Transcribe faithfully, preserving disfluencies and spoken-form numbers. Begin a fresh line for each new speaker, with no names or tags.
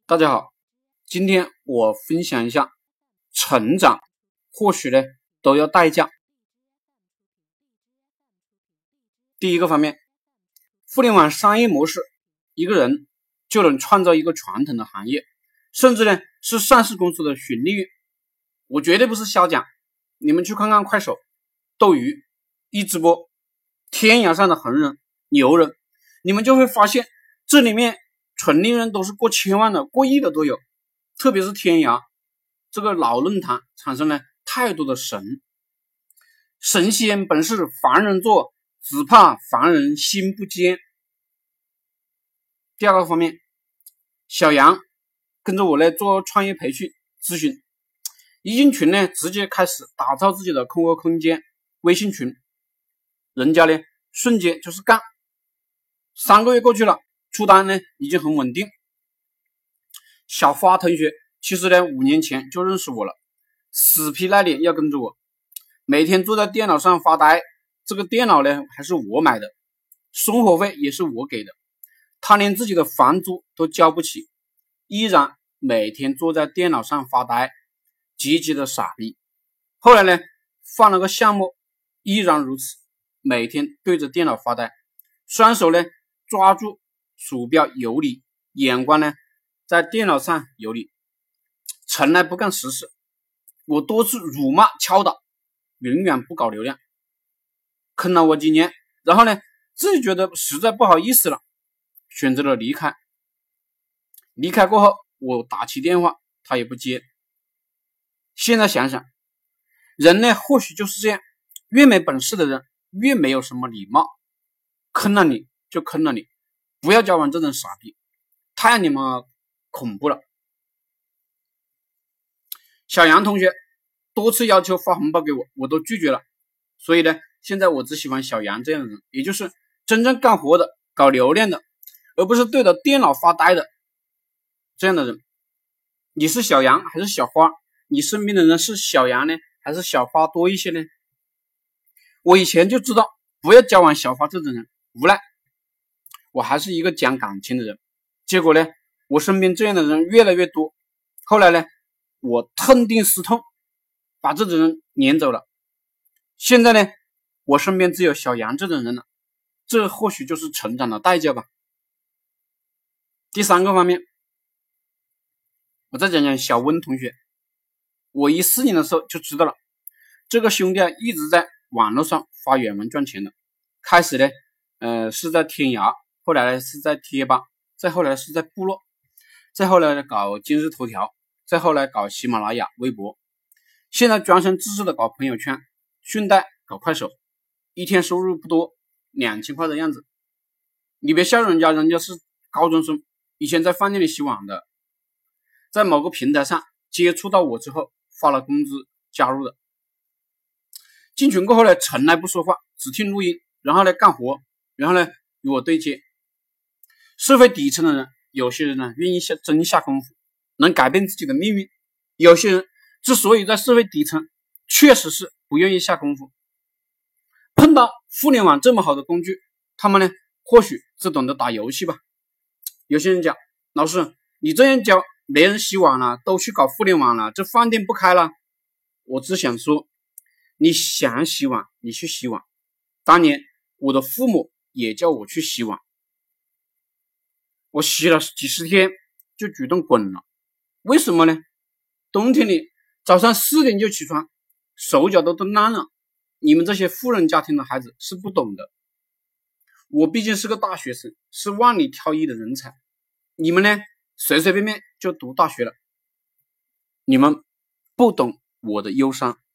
大家好，今天我分享一下成长，或许呢都要代价。第一个方面，互联网商业模式，一个人就能创造一个传统的行业，甚至呢是上市公司的纯利润。我绝对不是瞎讲，你们去看看快手、斗鱼、一直播、天涯上的红人、牛人，你们就会发现这里面纯利润都是过千万的、过亿的都有。特别是天涯这个老论坛产生了太多的神神仙本是凡人做，只怕凡人心不坚。第二个方面，小杨跟着我来做创业培训咨询，一进群呢直接开始打造自己的空窝空间微信群，人家呢瞬间就是干，三个月过去了，出单呢已经很稳定。小花同学其实呢五年前就认识我了，死皮赖脸要跟着我，每天坐在电脑上发呆，这个电脑呢还是我买的，生活费也是我给的，他连自己的房租都交不起，依然每天坐在电脑上发呆，极其的傻逼。后来呢换了个项目，依然如此，每天对着电脑发呆，双手呢抓住鼠标游离，眼光呢在电脑上游离，从来不干实事。我多次辱骂敲打，永远不搞流量，坑了我几年，然后呢自己觉得实在不好意思了，选择了离开。离开过后，我打起电话他也不接。现在想想，人呢或许就是这样，越没本事的人越没有什么礼貌，坑了你就坑了你，不要交往这种傻逼，太你妈恐怖了。小杨同学多次要求发红包给我，我都拒绝了，所以呢现在我只喜欢小杨这样的人，也就是真正干活的、搞流量的，而不是对着电脑发呆的这样的人。你是小杨还是小花？你身边的人是小杨呢还是小花多一些呢？我以前就知道不要交往小花这种人，无奈我还是一个讲感情的人，结果呢我身边这样的人越来越多，后来呢我痛定思痛，把这种人撵走了。现在呢我身边只有小杨这种人了，这或许就是成长的代价吧。第三个方面，我再讲讲小温同学。我一四年的时候就知道了，这个兄弟啊一直在网络上发原文赚钱的。开始呢呃是在天涯，后来呢是在贴吧，再后来是在部落，再后来呢搞今日头条，再后来搞喜马拉雅、微博，现在专心致志的搞朋友圈，顺带搞快手，一天收入不多，两千块的样子。你别笑人家，人家是高中生，以前在饭店里洗碗的，在某个平台上接触到我之后发了工资加入的。进群过后呢从来不说话，只听录音，然后呢干活，然后呢与我对接。社会底层的人，有些人呢愿意下真下功夫，能改变自己的命运，有些人之所以在社会底层，确实是不愿意下功夫。碰到互联网这么好的工具，他们呢或许只懂得打游戏吧。有些人讲，老师你这样教，没人洗碗了，都去搞互联网了，这饭店不开了。我只想说，你想洗碗你去洗碗，当年我的父母也叫我去洗碗，我洗了几十天就主动滚了。为什么呢？冬天里早上四点就起床，手脚都都烂了。你们这些富人家庭的孩子是不懂的，我毕竟是个大学生，是万里挑一的人才，你们呢随随便便就读大学了，你们不懂我的忧伤。